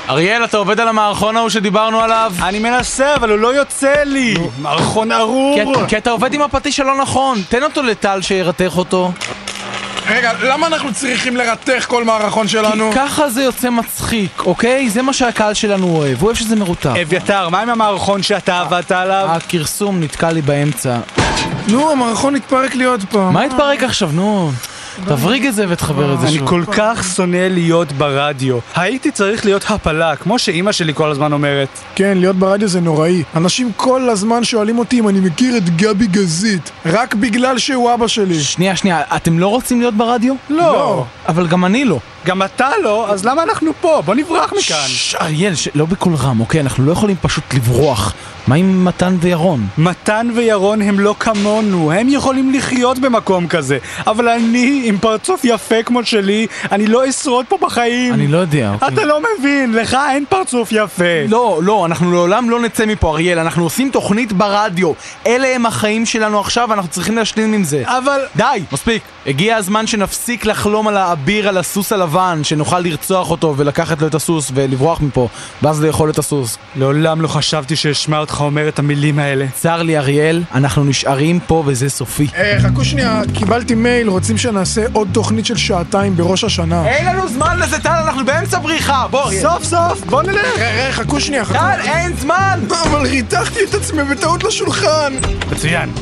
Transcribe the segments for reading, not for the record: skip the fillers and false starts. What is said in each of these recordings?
אריאל, אתה עובד על המערכון ההוא שדיברנו עליו? אני מנסה, אבל הוא לא יוצא לי. מערכון ארור. כי אתה עובד עם הפטיש שלא נכון. תן אותו לטל שירתך אותו. רגע, למה אנחנו צריכים לרתך כל מערכון שלנו? כי ככה זה יוצא מצחיק, אוקיי? זה מה שהקהל שלנו אוהב. הוא אוהב שזה מרותק. אביתר, מה עם המערכון שאתה עבדת עליו? הקרסום נתקע לי באמצע. נו, המערכון התפרק לי עוד פעם. מה התפרק עכשיו? נו, תבריג את זה ותחבר את זה שוב. אני כל כך שונא להיות ברדיו. הייתי צריך להיות הפלה, כמו שאימא שלי כל הזמן אומרת. כן, להיות ברדיו זה נוראי. אנשים כל הזמן שואלים אותי אם אני מכיר את גבי גזית, רק בגלל שהוא אבא שלי. שנייה, אתם לא רוצים להיות ברדיו? לא. אבל גם אני לא. גם אתה לא, אז למה אנחנו פה? בוא נברח מכאן. אריאל, לא בכל רם, אוקיי? אנחנו לא יכולים פשוט לברוח. מה עם מתן וירון? מתן וירון הם לא כמונו, הם יכולים לחיות במקום כזה. אבל אני, עם פרצוף יפה כמו שלי, אני לא אשרוד פה בחיים. אני לא יודע, אוקיי. אתה לא מבין, לך אין פרצוף יפה. לא, אנחנו לעולם לא נצא מפה, אריאל. אנחנו עושים תוכנית ברדיו. אלה הם החיים שלנו עכשיו, אנחנו צריכים להשלים עם זה. אבל... די, מספיק. הגיע הזמן שנפסיק לחלום על האביר, על הסוס הלבן, שנוכל לרצוח אותו ולקחת לו את הסוס ולברוח מפה, ואז לאכול את הסוס. לעולם לא חשבתי שאשמע אותך אומר את המילים האלה. צר לי, אריאל, אנחנו נשארים פה וזה סופי. חכו שנייה, קיבלתי מייל, רוצים שנעשה עוד תוכנית של 2 שעות בראש השנה. אין לנו זמן לזה, טל, אנחנו באמצע בריחה. בוא, אריאל. סוף, בוא נלך. חכו שנייה, טל, אין זמן! אבל ריתחתי את עצמי בטעות לשולחן. מצוין.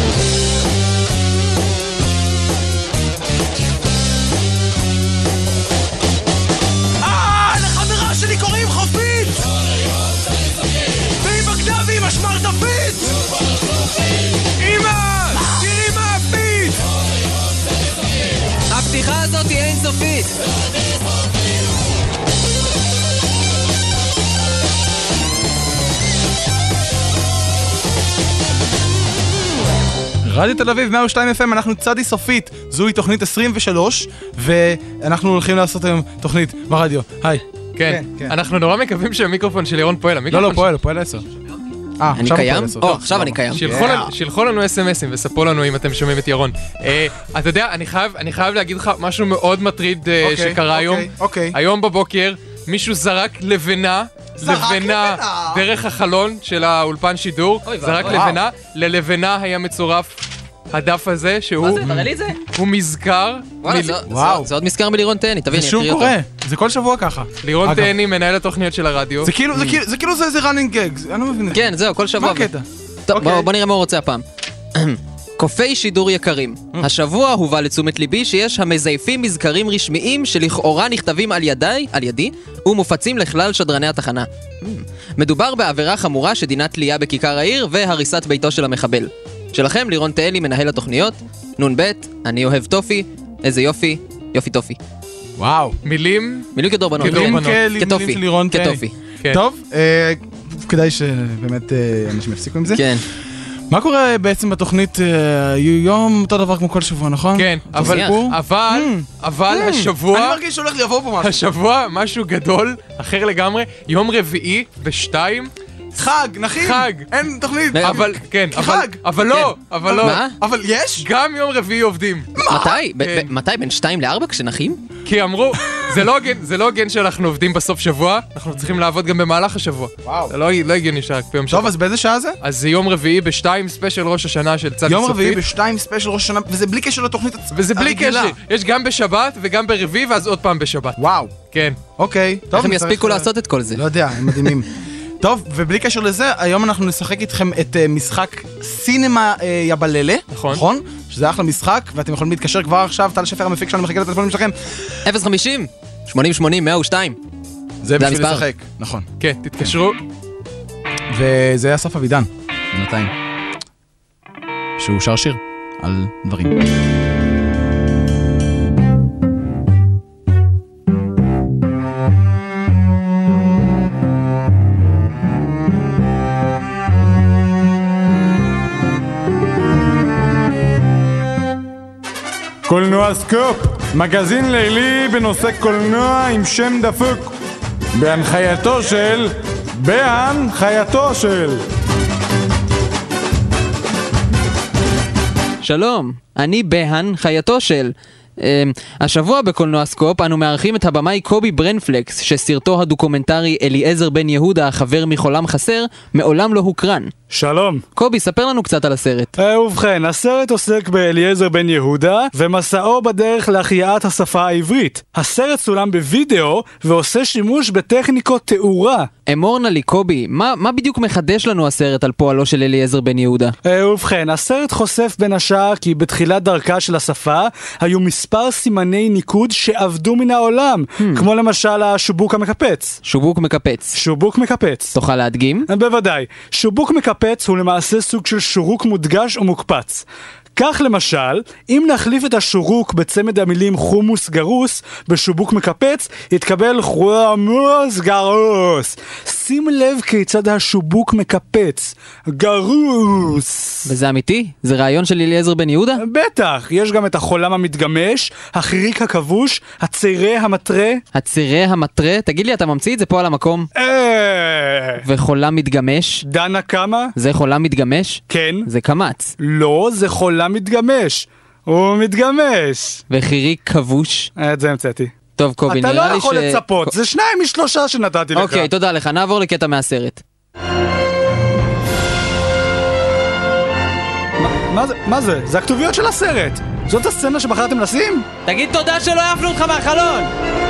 לחברה שלי קוראים חופית! והיא בגדה והיא משמרטפית! אמא! תראי מה הפית! הפתיחה הזאת היא אינסופית! רדיו תל אביב 102 FM, אנחנו צדי סופית. זוהי תוכנית 23, ואנחנו הולכים לעשות היום תוכנית ברדיו. היי. כן, אנחנו נורא מקווים שהמיקרופון של ירון פועל. לא, פועל 10. אני קיים? עכשיו אני קיים. שילחו לנו SMS'ים וספרו לנו אם אתם שומעים את ירון. אתה יודע, אני חייב להגיד לך משהו מאוד מטריד שקרה היום. היום בבוקר מישהו זרק לבנה דרך החלון של האולפן שידור. זרק לבנה, ללבנה היה מצורף הדף הזה שהוא... מה זה? תראה לי את זה? הוא מזכר... וואו, זה עוד מזכר מלירון תהני, תביא, אני אקריא אותו. זה שוב קורה, זה כל שבוע ככה. לירון תהני, מנהל התוכניות של הרדיו. זה כאילו זה איזה running gag, אני לא מבין את זה. כן, זהו, כל שבוע. מה הקטע? טוב, בוא נראה מה הוא רוצה הפעם. קופי שידור יקרים, השבוע הובא לתשומת ליבי שיש המזייפים מזכרים רשמיים שלכאורה נכתבים על ידי ומופצים לכלל שדרני התחנה. מדובר בעבירה חמורה שדינה תלייה בכיכר העיר והריסת ביתו של המחבל. שלכם, לירון תהלי, מנהל התוכניות, נון ב', אני אוהב טופי, איזה יופי, יופי טופי. וואו. מילים כדורבנות. כטופי. כטופי. טוב, כדאי שבאמת אנשים יפסיקו עם זה. כן. מה קורה בעצם בתוכנית יום אותו דבר כמו כל שבוע, נכון? כן, אבל השבוע... אני מרגיש שהולך לבוא פה משהו. השבוע משהו גדול, אחר לגמרי, יום רביעי ב-2... חג, נחים. חג. אין תוכנית. אבל, כן. חג. אבל לא. מה? אבל יש? גם יום רביעי עובדים. מתי? בין 2 ל-4 כשנחים? כי אמרו, זה לא הוגן שאנחנו עובדים בסוף שבוע, אנחנו צריכים לעבוד גם במהלך השבוע. וואו. זה לא הגיוני שרק ביום שבוע. טוב, אז באיזה שעה זה? אז זה יום רביעי ב-2 ספיישל ראש השנה של צד סופי. יום רביעי ב-2 ספיישל ראש השנה, וזה בלי קשר לתוכנית הרגילה. וזה בלי קשר. יש גם בשבת וגם ברביעי, ואז עוד פעם בשבת. וואו. כן. אוקיי. איך הם יספיקו לעשות את כל זה? לא יודע, הם מדהימים. טוב, ובלי קשר לזה, היום אנחנו נשחק איתכם את משחק סינמה יבללה. נכון. שזה אחלה משחק, ואתם יכולים להתקשר כבר עכשיו, טל שפר המפיק שלנו מחכה לטלפונים שלכם. 050 8080 102. זה בשביל לשחק, נכון. כן, תתקשרו. וזה היה אסף אבידן, בינתיים. שהוא שר שיר על דברים. קולנוע סקופ, מגזין לילי בנושא קולנוע עם שם דפוק, בהנחייתו של בהנחייתו של. שלום, אני בהנחייתו של. השבוע בקולנוע סקופ אנו מארחים את הבמאי קובי ברנפלקס, שסרטו הדוקומנטרי אליעזר בן יהודה, החבר מחולם חסר, מעולם לא הוקרן. שלום. קובי, ספר לנו קצת על הסרט. ובכן, הסרט עוסק באליעזר בן יהודה ומסעו בדרך להחייאת השפה העברית. הסרט צולם בווידאו ועושה שימוש בטכניקות תאורה. אמור נא לי, קובי, מה בדיוק מחדש לנו הסרט על פועלו של אליעזר בן יהודה? ובכן, הסרט חושף בין השאר כי בתחילת דרכה של השפה היו מספר סימני ניקוד שעבדו מן העולם, כמו למשל השובוק המקפץ. שובוק מקפץ. שובוק מקפץ. תוכל להדגים? בוודאי. שובוק מקפץ הוא למעשה סוג של שורוק מודגש או מוקפץ. כך למשל, אם נחליף את השורוק בצמד המילים חומוס גרוס בשובוק מקפץ, יתקבל חומוס גרוס. שים לב כיצד השובוק מקפץ. גרוס. וזה אמיתי? זה רעיון של אליעזר בן יהודה? בטח, יש גם את החולם המתגמש, החריק הכבוש, הצירה המטרה. הצירה המטרה? תגיד לי, אתה ממציא את זה פה על המקום? וחולם מתגמש? דנה כמה? זה חולם מתגמש? כן. זה קמץ. לא, זה חולם מתגמש. הוא מתגמש. וחיריק כבוש? את זה המצאתי. טוב קובי, נראה לי אתה לא יכול לצפות, זה 2 מ-3 שנתתי לך. אוקיי, תודה לך, נעבור לקטע מהסרט. מה זה? זה הכתוביות של הסרט. זאת הסצנה שבחרתם לשים? תגיד תודה שלא יפנו אותך מהחלון!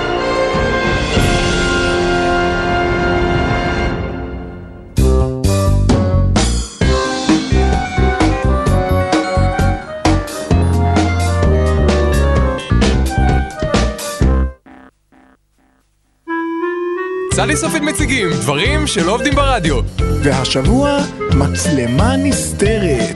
צלי סופית מציגים דברים שלא עובדים ברדיו. והשבוע מצלמה נסתרת.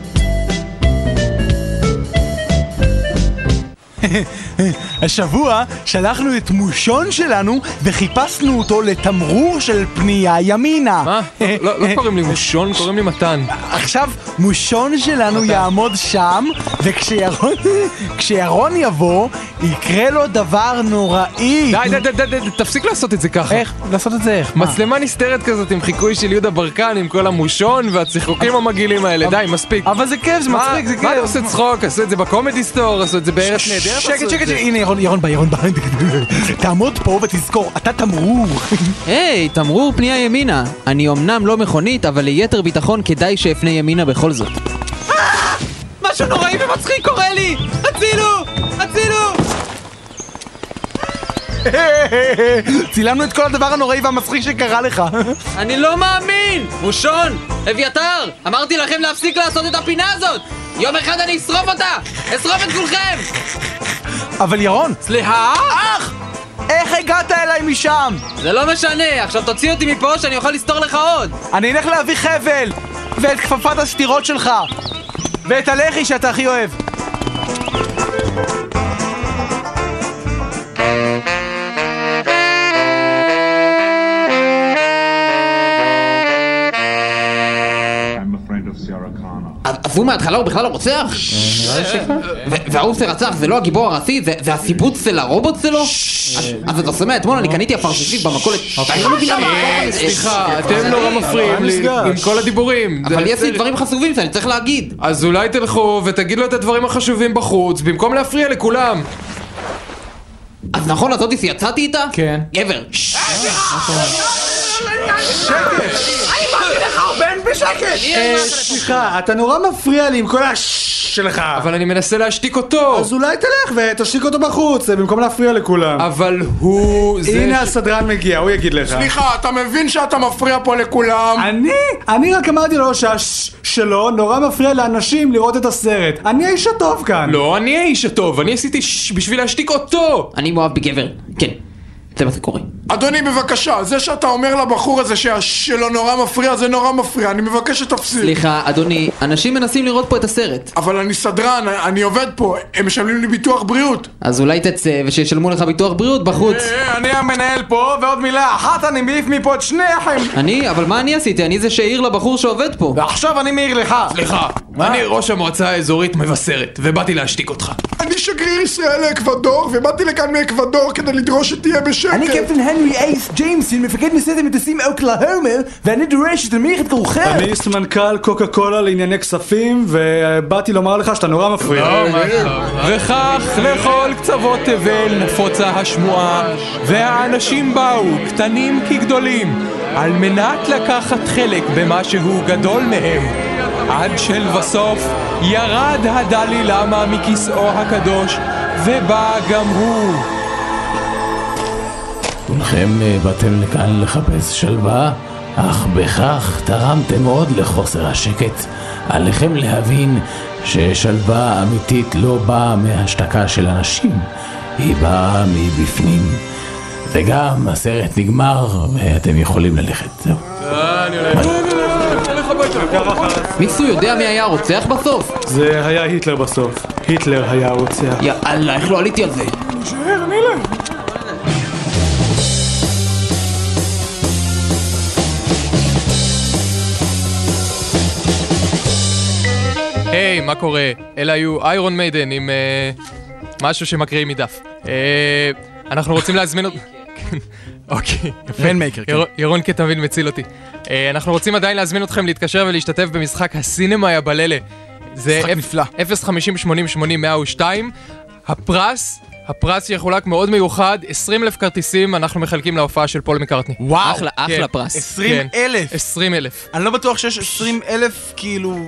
השבוע שלחנו את מושון שלנו וחיפשנו אותו לתמרור של פנייה ימינה. מה? לא קוראים לי מושון, קוראים לי מתן. עכשיו מושון שלנו יעמוד שם, וכשירון יבוא יקרה לו דבר נוראי. די, תפסיק לעשות את זה ככה. איך? לעשות את זה איך? מצלמה נסתרת כזאת עם חיקוי של יהודה ברקן עם כל המושון והצחוקים המגעילים האלה. די, מספיק. אבל זה כיף, זה מצחיק, זה כיף. מה אתה עושה צחוק? עשו את זה בקומדי סטור, עשו את זה בארץ נהדרת. שקט, הנה ירון בא, תעמוד פה ותזכור, אתה תמרור. היי, תמרור פנייה ימינה. אני אמנם לא מכונית, אבל ליתר ביטחון כדאי שאפנה ימינה בכל זאת. משהו נוראי ומצחיק קורה לי! הצילו! צילמנו את כל הדבר הנוראי והמצחיק שקרה לך. אני לא מאמין! מושון! אביתר! אמרתי לכם להפסיק לעשות את הפינה הזאת! יום אחד אני אשרוף אותה! אשרוף את כולכם! אבל ירון! סליחה? אח! איך הגעת אליי משם? זה לא משנה, עכשיו תוציא אותי מפה שאני אוכל לסתור לך עוד! אני אלך להביא חבל! ואת כפפת הסתירות שלך! ואת הלחי שאתה הכי אוהב! אז הוא מההתחלה הוא בכלל לא רוצח? וההוא שרצח זה לא הגיבור הראשי, זה הסיבוץ של הרובוט שלו? אז אתה שומע, אתמול אני קניתי אפרספית במכולת. סליחה, אתם נורא מפריעים לי עם כל הדיבורים. אבל יש לי דברים חשובים שאני צריך להגיד. אז אולי תלכו ותגידו את הדברים החשובים בחוץ במקום להפריע לכולם. אז נכון, אז אודיסי, יצאתי איתה? כן. גבר. אני באתי לך, בן בשקט! סליחה, אתה נורא מפריע לי עם כל שלך. אבל אני מנסה להשתיק אותו. אז אולי תלך ותשתיק אותו בחוץ, במקום להפריע לכולם. אבל הוא... הנה הסדרן מגיע, הוא יגיד לך. סליחה, אתה מבין שאתה מפריע פה לכולם? אני רק אמרתי לו שלו נורא מפריע לאנשים לראות את הסרט. אני האיש הטוב כאן. לא, אני האיש הטוב, אני עשיתי בשביל להשתיק אותו. אני מאוהב בגבר, כן. זה מה זה קורה. אדוני בבקשה, זה שאתה אומר לבחור הזה שלו נורא מפריע, זה נורא מפריע, אני מבקש שתפסיק. סליחה, אדוני, אנשים מנסים לראות פה את הסרט. אבל אני סדרן, אני עובד פה, הם משלמים לי ביטוח בריאות. אז אולי תצא ושישלמו לך ביטוח בריאות בחוץ. אני המנהל פה, ועוד מילה אחת אני מעיף מפה את שניכם. אבל מה אני עשיתי? אני זה שהעיר לבחור שעובד פה. ועכשיו אני מעיר לך. סליחה, אני ראש המועצה האזורית מבשרת, ובאתי להשתיק אותך. אני שגריר ישראל לאקוודור, ובאתי לכאן מאקוודור כדי לדרוש שתהיה בשקט. אני קפטן הנרי אייס ג'יימסון, מפקד מסיירת המטוסים אוקלהומה, ואני דורש שתמליך את כולכם. אני סמנכ"ל קוקה קולה לענייני כספים, ובאתי לומר לך שאתה נורא מפריע. וכך לכל קצוות תבל נפוצה השמועה, והאנשים באו, קטנים כגדולים, על מנת לקחת חלק במה שהוא גדול מהם, עד שלבסוף ירד הדלי למה מכיסאו הקדוש, ובא גם הוא. כולכם באתם לכאן לחפש שלווה, אך בכך תרמתם מאוד לחוסר השקט. עליכם להבין ששלווה אמיתית לא באה מהשתקה של אנשים, היא באה מבפנים. וגם הסרט נגמר ואתם יכולים ללכת. זהו. מישהו יודע מי היה הרוצח בסוף? זה היה היטלר בסוף. היטלר היה הרוצח. יאללה, איך לא עליתי על זה? נשאר, נילם. היי, מה קורה? אלה היו איירון מיידן עם משהו שמקריאים מדף. אנחנו רוצים להזמין אותו... אוקיי, פנמייקר, כן. ירון כתמיד מציל אותי. אנחנו רוצים עדיין להזמין אתכם להתקשר ולהשתתף במשחק הסינמה הבללה. זה משחק נפלא. 050-80-80-102. הפרס יחולק מאוד מיוחד, 20,000 כרטיסים אנחנו מחלקים להופעה של פול מקרטני. וואו, אחלה פרס. 20,000. 20,000. אני לא בטוח שיש 20,000 כאילו...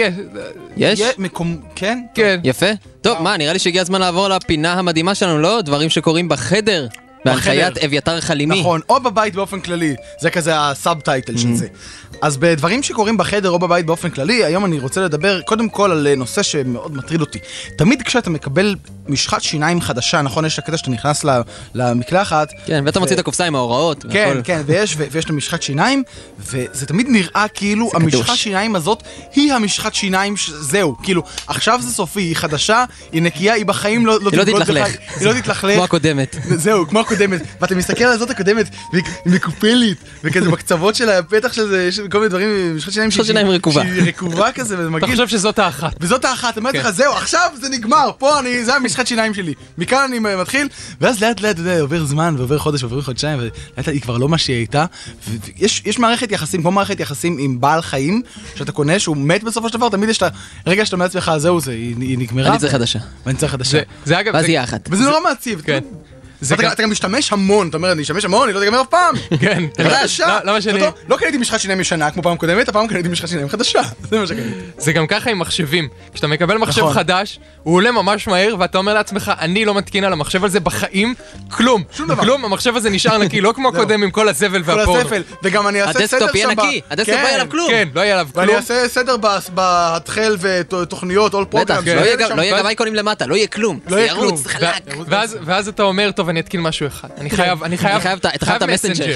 יש? כן? כן. יפה. טוב, מה, נראה לי שהגיע הזמן לעבור לפינה המדהימה שלנו, לא? דברים שקורים בחדר. בהנחיית אביתר חלימי. נכון, או בבית באופן כללי, זה כזה הסאבטייטל של זה. אז בדברים שקורים בחדר או בבית באופן כללי, היום אני רוצה לדבר קודם כל על נושא שמאוד מטריד אותי. תמיד כשאתה מקבל משחת שיניים חדשה, נכון, יש הקטע שאתה נכנס למקלחת. כן, ואתה מוציא את הקופסה עם ההוראות. כן, כן, ויש לו משחת שיניים, וזה תמיד נראה כאילו המשחת שיניים הזאת היא המשחת שיניים, זהו, כאילו, עכשיו זה סופי, היא חדשה, היא נקייה, היא בחיים לא תתלכלך. היא לא תתלכלך. כמו הקודמת. זהו, כמו הקודמת, ואתה מסתכל על זאת הקודמת, והיא מקופלית, וכזה בקצוות של הפתח של זה, יש כל מיני דברים, משחת שיניים רקובה. שהיא רקובה כזה, וזה מגיש. אתה חושב שזאת האחת. וזאת האחת, אני אומר לך, זהו, עכשיו זה נגמר, פה זה המשחת שיניים שלי. מכאן אני מתחיל, ואז לאט לאט, עובר זמן, ועובר חודש, ועובר חודשיים, ולאט היא כבר לא מה שהיא הייתה. ויש מערכת יחסים, כמו מערכת יחסים עם בעל חיים, שאתה קונה, שהוא מת בסופו של דבר, תמיד יש את הרגע שאתה מעצמך, זהו זה, היא נגמרה. אני צריך חדשה. ואני צריך חדשה. ואז היא אחת. וזה נורא מעציב. כן. אתה גם משתמש המון, אתה אומר, אני אשתמש המון, אני לא תגמר אף פעם. כן. למה שאני... לא קניתי משחת שיניים ישנה כמו פעם קודמת, הפעם קניתי משחת שיניים חדשה. זה מה שקניתי. זה גם ככה עם מחשבים. כשאתה מקבל מחשב חדש, הוא עולה ממש מהר, ואתה אומר לעצמך, אני לא מתקין על המחשב הזה בחיים, כלום. שום דבר. כלום, המחשב הזה נשאר נקי, לא כמו הקודם עם כל הזבל והפורנו. וגם אני אעשה סדר שם הדסקטופ לא יהיה עליו כלום. כן, לא יהיה עליו כלום. ואני אעשה סדר בהתחל ותוכניות, all programs. לא יהיה גם אייקונים למטה, לא יהיה כלום. זה ירוץ, חלק. ואז אתה אומר, טוב, אני אתקין משהו אחד. אני חייב את המסנג'ר.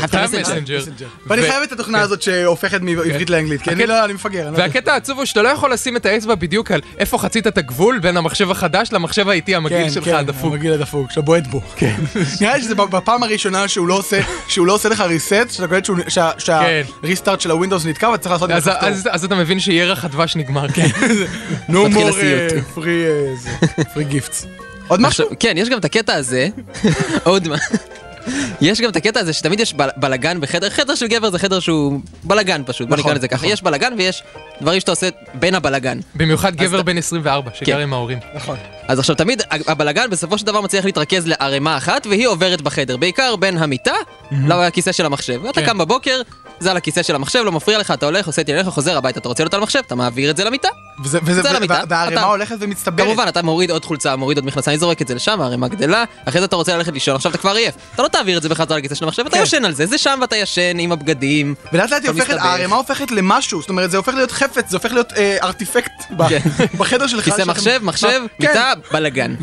ואני חייב את התוכנה הזאת שהופכת מעברית לאנגלית, כי אני מפגר. והקטע העצוב הוא שאתה לא יכול לשים את האצבע בדיוק על איפה חצית את הגבול בין המחשב החדש למחשב האיטי המגעיל שלך הדפוק. כן, המגעיל הדפוק, שאתה בועט בו. נראה לי שזה בפעם הראשונה שהוא לא עושה לך ריסט, שאתה קולט שהריסטארט של הווינדוס נתקע ואתה צריך לעשות את זה. אז אתה מבין שירח הדבש נגמר. No more free gifts. עוד משהו? כן, יש גם את הקטע הזה. עוד מה. יש גם את הקטע הזה שתמיד יש בלגן בחדר. חדר של גבר זה חדר שהוא בלגן פשוט, בוא נקרא לזה ככה. יש בלגן ויש דברים שאתה עושה בין הבלגן. במיוחד גבר בן 24 שגר עם ההורים. נכון. אז עכשיו תמיד הבלגן בסופו של דבר מצליח להתרכז לערימה אחת והיא עוברת בחדר, בעיקר בין המיטה לכיסא של המחשב. ואתה קם בבוקר, זה על הכיסא של המחשב, לא מפריע לך, אתה הולך, עושה את ילך, חוזר הביתה, אתה רוצה להיות על המחשב, אתה מעביר את זה למיטה. והערימה הולכת ומצטברת. כמובן, אתה מוריד עוד חולצה, מוריד עוד מכנסיים, זורק את זה לשם, הערימה גדלה, אחרי זה אתה רוצה ללכת לישון, עכשיו אתה כבר עייף. אתה לא תעביר את זה בחזרה לכיסא של המחשב, אתה ישן על זה, זה שם ואתה ישן עם הבגדים. ולאט לאט הערימה הופכת למשהו, זאת אומרת, זה הופך להיות חפץ, זה הופך להיות ארטיפקט בחדר שלך. כיסא מחשב, מיטה, בלגן.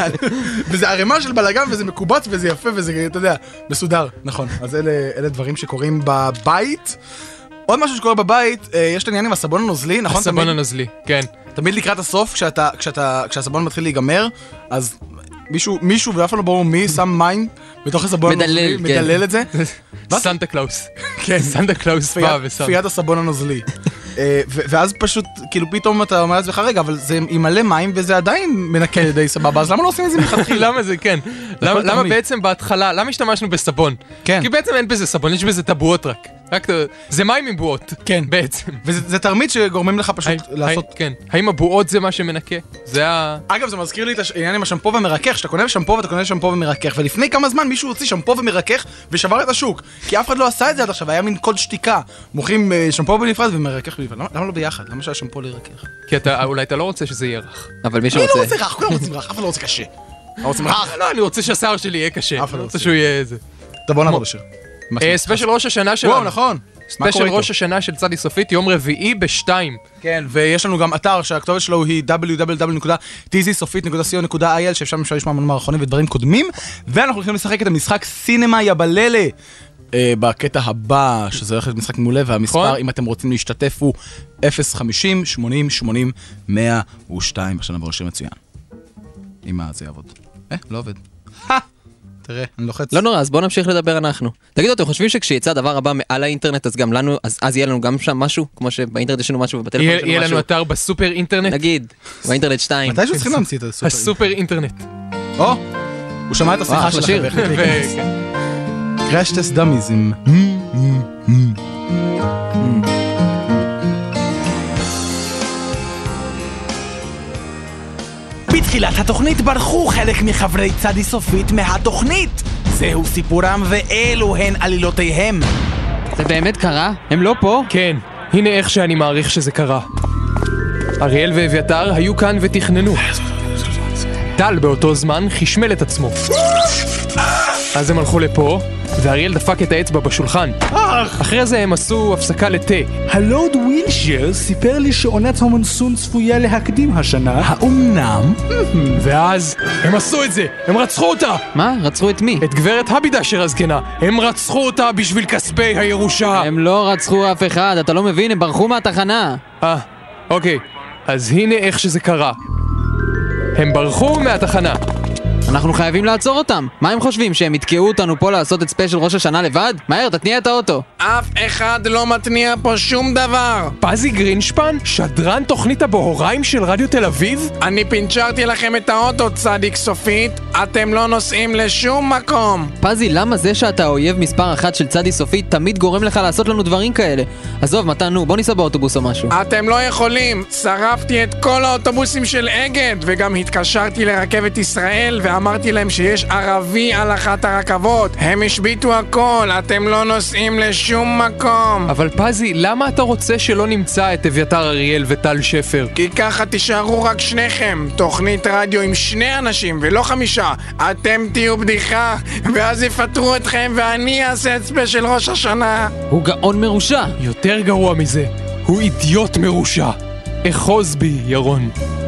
וזה ערימה של בלגן וזה מקובץ וזה יפה וזה, אתה יודע, מסודר. נכון. אז אלה דברים שקורים בבית. עוד משהו שקורה בבית, יש את העניין עם הסבון הנוזלי, נכון? הסבון הנוזלי, כן. תמיד לקראת הסוף, כשהסבון מתחיל להיגמר, אז מישהו ואף לא ברור מי שם מים בתוך הסבון הנוזלי, מדלל את זה. סנטה קלאוס. כן, סנטה קלאוס בא ושם. כפיית הסבון הנוזלי. ואז פשוט, כאילו פתאום אתה אומר לעצמך רגע, אבל זה עם מלא מים וזה עדיין מנקה די סבבה, אז למה לא עושים את זה מלכתחילה? למה זה, כן. למה בעצם בהתחלה, למה השתמשנו בסבון? כן. כי בעצם אין בזה סבון, יש בזה טבועות רק. זה מים עם בועות. כן. בעצם. וזה תרמית שגורמים לך פשוט לעשות... כן. האם הבועות זה מה שמנקה? זה אגב, זה מזכיר לי את העניין עם השמפו ומרכך, שאתה קונה שמפו ואתה קונה שמפו ומרכך, ולפני כמה זמן מישהו הוציא שמפו ומרכך ושבר את השוק, כי אף אחד לא עשה את זה עד עכשיו, היה מין קוד שתיקה. מוכרים שמפו בנפרד ומרכך בנפרד. למה לא ביחד? למה שהשמפו לא ירכך? כי אולי אתה לא רוצה שזה יהיה רך. אבל מי אני לא שרוצה... רוצה רך, כולם רוצים רך, אף אחד לא רוצה קשה. רוצים רך? לא, אני רוצה שהשיער שלי יהיה קשה. אף אחד לא רוצה. שהוא יהיה איזה. טוב, בוא נעבור לשיר. ספיישל ראש השנה שלנו. וואו, נכון. ספיישל ראש השנה של צדי סופית, יום רביעי ב-2. כן, ויש לנו גם אתר שהכתובת שלו היא www.tzsofit.co.il שאפשר לשמוע מערכונים ודברים קודמים, ואנחנו הולכים לשחק את המשחק סינמה יבללה בקטע הבא, שזה הולך להיות משחק מעולה, והמספר, אם אתם רוצים להשתתף, הוא 050-80-80-102. עכשיו נעבור לשיר מצוין. אם זה יעבוד. לא עובד. תראה, אני לוחץ. לא נורא, אז בואו נמשיך לדבר אנחנו. תגידו, אתם חושבים שכשיצא הדבר הבא מעל האינטרנט, אז גם לנו, אז יהיה לנו גם שם משהו? כמו שבאינטרנט יש לנו משהו ובטלפון יש לנו משהו? יהיה לנו אתר בסופר אינטרנט? נגיד, באינטרנט 2. מתי שצריכים להמציא את הסופר? הסופר אינטרנט. הוא שמע את השיחה שלכם. קראש טסט דאמיז עם... בתחילת התוכנית ברחו חלק מחברי צדי סופית מהתוכנית. זהו סיפורם ואלו הן עלילותיהם. זה באמת קרה? הם לא פה? כן, הנה איך שאני מעריך שזה קרה. אריאל ואביתר היו כאן ותכננו. טל באותו זמן חשמל את עצמו. אז הם הלכו לפה, ואריאל דפק את האצבע בשולחן. אחרי זה הם עשו הפסקה לתה. הלורד ווילשייר סיפר לי שעונת המונסון צפויה להקדים השנה. האומנם? ואז הם עשו את זה, הם רצחו אותה. מה? רצחו את מי? את גברת הבידשר הזקנה. הם רצחו אותה בשביל כספי הירושה. הם לא רצחו אף אחד, אתה לא מבין, הם ברחו מהתחנה. אוקיי, אז הנה איך שזה קרה. הם ברחו מהתחנה. אנחנו חייבים לעצור אותם. מה הם חושבים, שהם יתקעו אותנו פה לעשות את ספיישל ראש השנה לבד? מהר, תתניע את האוטו. אף אחד לא מתניע פה שום דבר. פזי גרינשפן, שדרן תוכנית הבהוריים של רדיו תל אביב? אני פינצ'רתי לכם את האוטו, צדיק סופית. אתם לא נוסעים לשום מקום. פזי, למה זה שאתה האויב מספר 1 של צדי סופית תמיד גורם לך לעשות לנו דברים כאלה? עזוב, מתן, נו, בוא ניסע באוטובוס או משהו. אתם לא יכולים. שרפתי את כל האוטובוסים של אגד, וגם התקשרתי לרכבת ישראל ואמרתי להם שיש ערבי על אחת הרכבות. הם השביטו הכל, אתם לא נוסעים לשום מקום. אבל פזי, למה אתה רוצה שלא נמצא את אביתר אריאל וטל שפר? כי ככה תישארו רק שניכם. תוכנית רדיו עם 2 אנשים ולא 5. אתם תהיו בדיחה, ואז יפטרו אתכם ואני אעשה את ספיישל ראש השנה. הוא גאון מרושע. יותר גרוע מזה, הוא אידיוט מרושע. אחוז בי, ירון.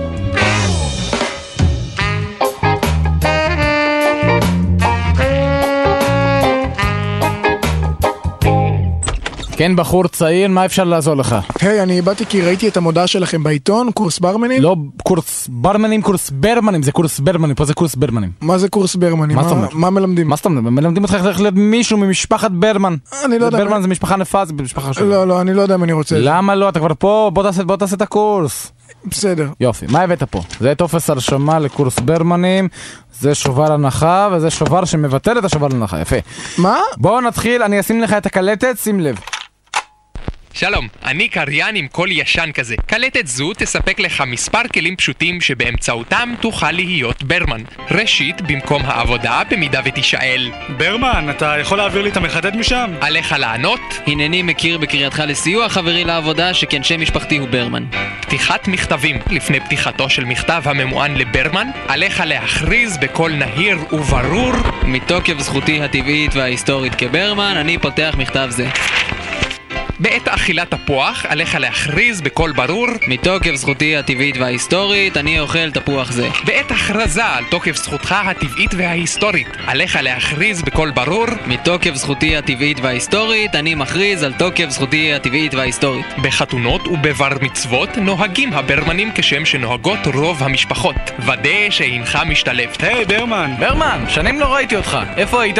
כן, בחור צעיר, מה אפשר לעזור לך? היי, אני באתי כי ראיתי את המודעה שלכם בעיתון, קורס ברמנים? לא קורס ברמנים, קורס ברמנים, זה קורס ברמנים, פה זה קורס ברמנים. מה זה קורס ברמנים? מה זאת אומרת? מה מלמדים? מה זאת אומרת? מלמדים אותך איך להיות מישהו ממשפחת ברמן. אני לא יודע. ברמן זה משפחה נפה, זה משפחה שלו. לא, אני לא יודע אם אני רוצה. למה לא? אתה כבר פה, בוא תעשה את הקורס. בסדר. יופי, מה הבאת פה? זה טופס הרשמה לקורס ברמנים, זה שובר הנחה, וזה שובר שמבטל את השובר הנחה, יפה. מה? בוא נתחיל, אני אשים לך את הקלטת, שים לב. שלום, אני קריין עם קול ישן כזה. קלטת זו תספק לך מספר כלים פשוטים שבאמצעותם תוכל להיות ברמן. ראשית, במקום העבודה, במידה ותשאל. ברמן, אתה יכול להעביר לי את המחדד משם? עליך לענות. הנני מכיר בקריאתך לסיוע חברי לעבודה, שכן שם משפחתי הוא ברמן. פתיחת מכתבים. לפני פתיחתו של מכתב הממוען לברמן, עליך להכריז בקול נהיר וברור. מתוקף זכותי הטבעית וההיסטורית כברמן, אני פותח מכתב זה. בעת אכילת תפוח, עליך להכריז בקול ברור. מתוקף זכותי הטבעית וההיסטורית, אני אוכל תפוח זה. בעת הכרזה על תוקף זכותך הטבעית וההיסטורית, עליך להכריז בקול ברור. מתוקף זכותי הטבעית וההיסטורית, אני מכריז על תוקף זכותי הטבעית וההיסטורית. בחתונות ובר מצוות נוהגים הברמנים כשם שנוהגות רוב המשפחות. ודא שהינך משתלב. היי, ברמן. ברמן, שנים לא ראיתי אותך. איפה היית?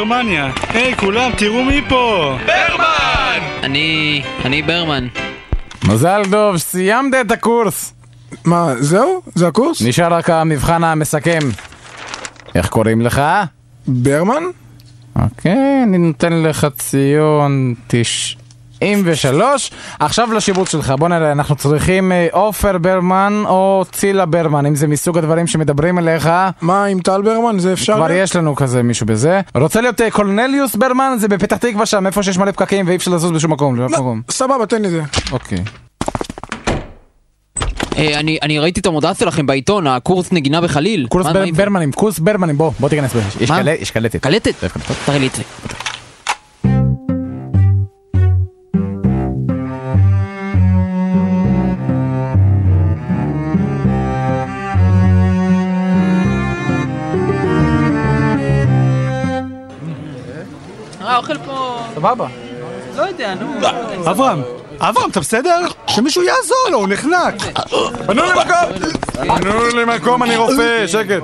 בברמניה. היי, כולם, תראו מי פה. ברמן! אני ברמן. מזל טוב, סיימת את הקורס. מה, זהו? זה הקורס? נשאר רק המבחן המסכם. איך קוראים לך? ברמן? אוקיי, אני נותן לך ציון 93. עכשיו לשיבוץ שלך, בוא נראה, אנחנו צריכים עופר ברמן או צילה ברמן, אם זה מסוג הדברים שמדברים אליך. מה, עם טל ברמן? זה אפשר? כבר יש לנו כזה מישהו בזה. רוצה להיות קולנליוס ברמן? זה בפתח תקווה שם, איפה שיש מלא פקקים ואי אפשר לזוז בשום מקום. סבבה, תן לי זה. אוקיי. אני ראיתי את המודעה שלכם בעיתון, הקורס נגינה בחליל. קורס ברמנים, קורס ברמנים, בוא תיכנס בו. יש קלטת. קלטת? תראי לי את זה. האוכל פה... סבבה. לא יודע, נו. אברהם, אתה בסדר? שמישהו יעזור לו, הוא נחנק. פנו לי מקום, אני רופא, שקט.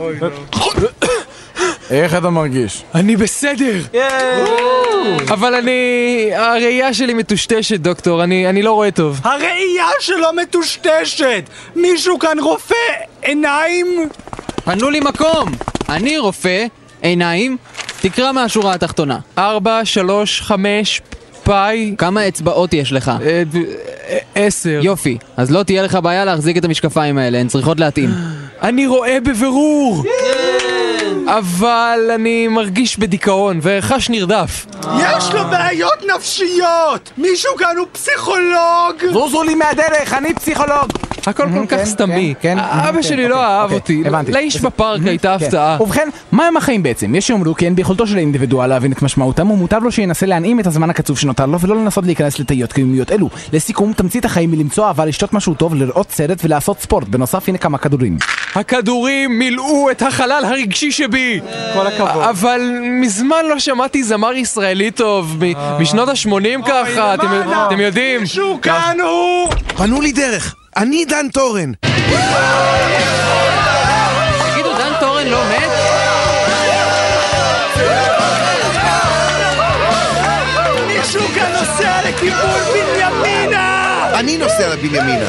איך אתה מרגיש? אני בסדר. אבל הראייה שלי מטושטשת, דוקטור, אני לא רואה טוב. הראייה שלו מטושטשת! מישהו כאן רופא עיניים? פנו לי מקום! אני רופא, עיניים, תקרא מהשורה התחתונה. 4, 3, 5, פאי. כמה אצבעות יש לך? 10. יופי, אז לא תהיה לך בעיה להחזיק את המשקפיים האלה, הן צריכות להתאים. אני רואה בבירור! אבל אני מרגיש בדיכאון וחש נרדף. יש לו בעיות נפשיות! מישהו כאן הוא פסיכולוג! זוזו לי מהדרך, אני פסיכולוג! הכל כל כך סתמי. אבא שלי לא אהב אותי. לאיש בפארק הייתה הפתעה. ובכן, מה הם החיים בעצם? יש שאומרו כי אין ביכולתו של האינדיבידואל להבין את משמעותם, ומוטב לו שינסה להנעים את הזמן הקצוב שנותר לו ולא לנסות להיכנס לתאיות קיומיות אלו. לסיכום, תמצית החיים היא למצוא אהבה, לשתות משהו טוב, לראות סרט ולעשות ספורט. בנוסף, הנה כמה כדורים. הכדורים מילאו את החלל הרגשי שבי. כל הכבוד. אבל מזמן לא שמעתי זמר ישראלי טוב, משנות ה-80 ככה, אתם יודעים. מישהו כאן הוא... פנו לי דרך, אני דן טורן. תגידו, דן טורן לא מת? מישהו כאן נוסע לכיוון בנימינה! אני נוסע לבנימינה.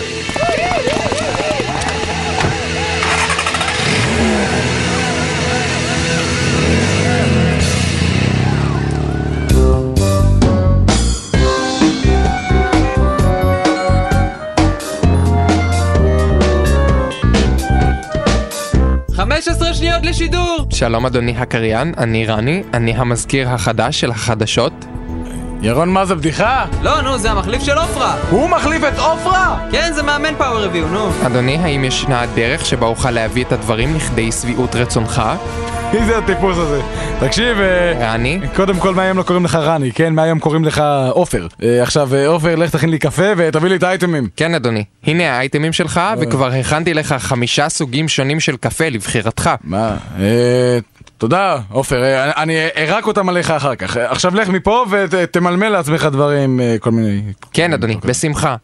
שניות לשידור. שלום אדוני הקריין, אני רני, אני המזכיר החדש של החדשות. ירון, מה זה בדיחה? לא, נו, זה המחליף של אופרה. הוא מחליף את אופרה? כן, זה מאמן פאוור ריוויו, נו. אדוני, האם ישנה הדרך שבה אוכל להביא את הדברים לכדי שביעות רצונך? מי זה הטיפוס הזה? תקשיב, רני? קודם כל מהיום לא קוראים לך רני, כן? מהיום קוראים לך אופר. עכשיו, אופר, לך תכין לי קפה ותביא לי את האייטמים. כן, אדוני. הנה האייטמים שלך, וכבר הכנתי לך 5 סוגים שונים של קפה לבחירתך. מה? תודה, אופר, אני ארק אותם עליך אחר כך. עכשיו לך מפה ותמלמל לעצמך דברים, כל מיני... כן, אדוני, בשמחה.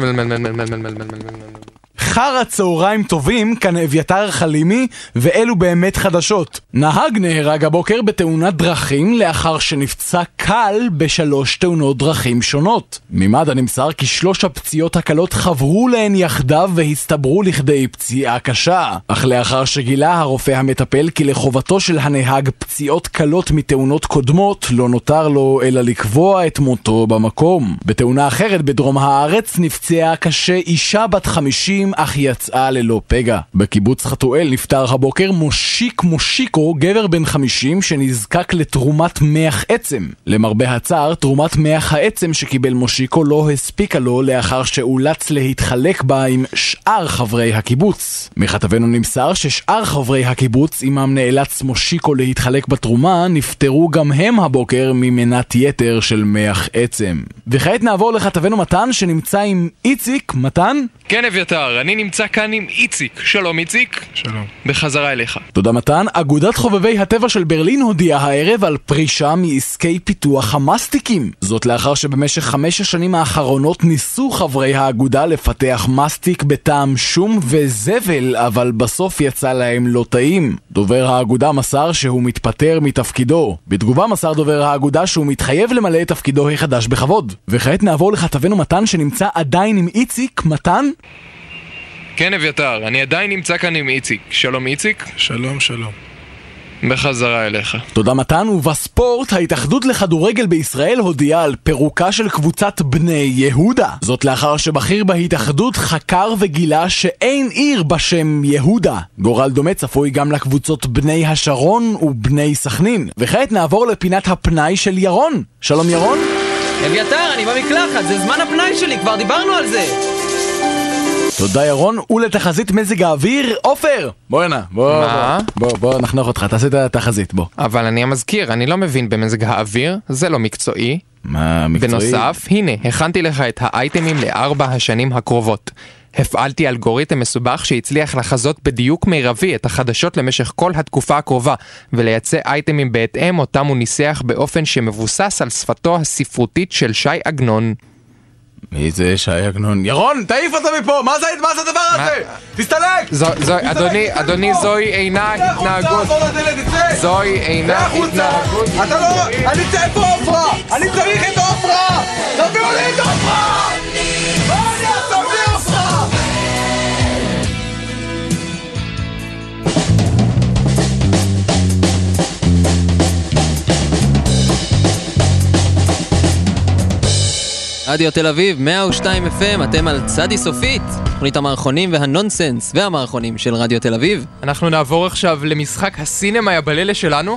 אחר הצהריים טובים, כאן אביתר חלימי, ואלו באמת חדשות. נהג נהרג הבוקר בתאונת דרכים לאחר שנפצע קל ב3 תאונות דרכים שונות. ממד"א נמסר כי 3 הפציעות הקלות חברו להן יחדיו והסתברו לכדי פציעה קשה. אך לאחר שגילה הרופא המטפל כי לחובתו של הנהג פציעות קלות מתאונות קודמות, לא נותר לו אלא לקבוע את מותו במקום. בתאונה אחרת בדרום הארץ נפצעה קשה אישה בת 50 אך יצאה ללא פגע. בקיבוץ חתואל נפטר הבוקר מושיק מושיקו, גבר בן 50 שנזקק לתרומת מח עצם. למרבה הצער, תרומת מח העצם שקיבל מושיקו לא הספיקה לו לאחר שאולץ להתחלק בה עם שאר חברי הקיבוץ. מכתבנו נמסר ששאר חברי הקיבוץ עמם נאלץ מושיקו להתחלק בתרומה נפטרו גם הם הבוקר ממנת יתר של מח עצם. וכעת נעבור לכתבנו מתן שנמצא עם איציק. מתן? כן אביתר, אני נמצא כאן עם איציק. שלום איציק. שלום. בחזרה אליך. תודה מתן. אגודת חובבי הטבע של ברלין הודיעה הערב על פרישה מעסקי פיתוח המסטיקים. זאת לאחר שבמשך 5 השנים האחרונות ניסו חברי האגודה לפתח מסטיק בטעם שום וזבל, אבל בסוף יצא להם לא טעים. דובר האגודה מסר שהוא מתפטר מתפקידו. בתגובה מסר דובר האגודה שהוא מתחייב למלא את תפקידו החדש בכבוד. וכעת נעבור לכתבנו מתן שנמצא עדיין עם איציק. מתן? כן אביתר, אני עדיין נמצא כאן עם איציק. שלום איציק. שלום, שלום. בחזרה אליך. תודה מתן. ובספורט, ההתאחדות לכדורגל בישראל הודיעה על פירוקה של קבוצת בני יהודה. זאת לאחר שבכיר בהתאחדות חקר וגילה שאין עיר בשם יהודה. גורל דומה צפוי גם לקבוצות בני השרון ובני סכנין. וכעת נעבור לפינת הפנאי של ירון. שלום ירון. אביתר, אני במקלחת, זה זמן הפנאי שלי, כבר דיברנו על זה. תודה ירון. ולתחזית מזג האוויר, עופר! בוא הנה, בוא נחנוך אותך, תעשה את התחזית, בוא. אבל אני המזכיר, אני לא מבין במזג האוויר, זה לא מקצועי. מה מקצועי? בנוסף, הנה, הכנתי לך את האייטמים ל4 השנים הקרובות. הפעלתי אלגוריתם מסובך שהצליח לחזות בדיוק מירבי את החדשות למשך כל התקופה הקרובה, ולייצא אייטמים בהתאם אותם הוא ניסח באופן שמבוסס על שפתו הספרותית של שי עגנון. מי זה שי עגנון? ירון, תעיף אותה מפה! מה זה הדבר הזה? תסתלק! אדוני, זוהי אינה התנהגות. זוהי אינה התנהגות. אתה לא... אני צריך פה עופרה! אני צריך את עופרה! תביאו לי את עופרה! תביאו עופרה! רדיו תל אביב, 102 FM, אתם על צדי סופית, תוכנית המערכונים והנונסנס והמערכונים של רדיו תל אביב. אנחנו נעבור עכשיו למשחק הסינמה הבלילה שלנו,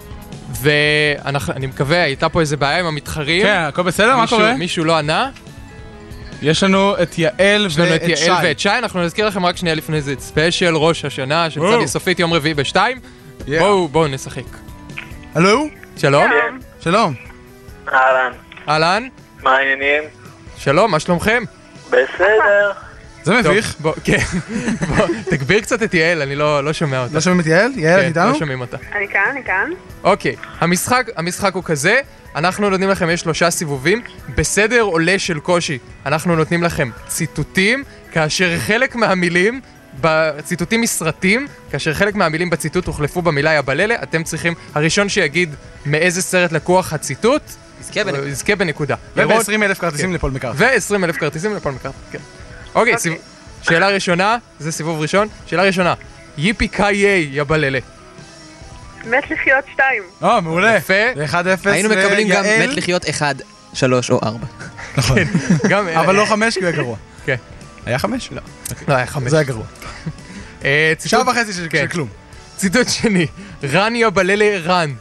ואני מקווה, הייתה פה איזה בעיה עם המתחרים. כן, הכל בסדר? מה קורה? מישהו לא ענה? יש לנו את יעל ואת שי. אנחנו נזכיר לכם רק שנייה לפני זה את ספיישל ראש השנה של צדי סופית יום רביעי ב2. בואו נשחק. הלו? שלום. שלום. אהלן. מה העניינים? שלום, מה שלומכם? בסדר. זה מביך. כן, תגביר קצת את יעל, אני לא שומע אותה. לא שומעים את יעל? יעל, איתנו? לא שומעים אותה. אני כאן. אוקיי, המשחק הוא כזה, אנחנו נותנים לכם, יש 3 סיבובים, בסדר עולה של קושי. אנחנו נותנים לכם ציטוטים, כאשר חלק מהמילים, בציטוטים מסרטים, כאשר חלק מהמילים בציטוט הוחלפו במילה יבללה, אתם צריכים, הראשון שיגיד מאיזה סרט לקוח הציטוט, יזכה בנקודה. וב-20,000 כרטיסים לפול מקארט. ו-20,000 כרטיסים לפול מקארט, כן. אוקיי, שאלה ראשונה, זה סיבוב ראשון. שאלה ראשונה, yippee ki יבללה. מת לחיות 2. מעולה. יפה. 1-0 היינו מקבלים גם מת לחיות 1, 3 או 4. נכון. אבל לא 5 כי הוא היה גרוע. כן. היה 5? לא, היה 5. זה היה גרוע. שעה וחצי של כלום. ציטוט שני, רן יבללה רן.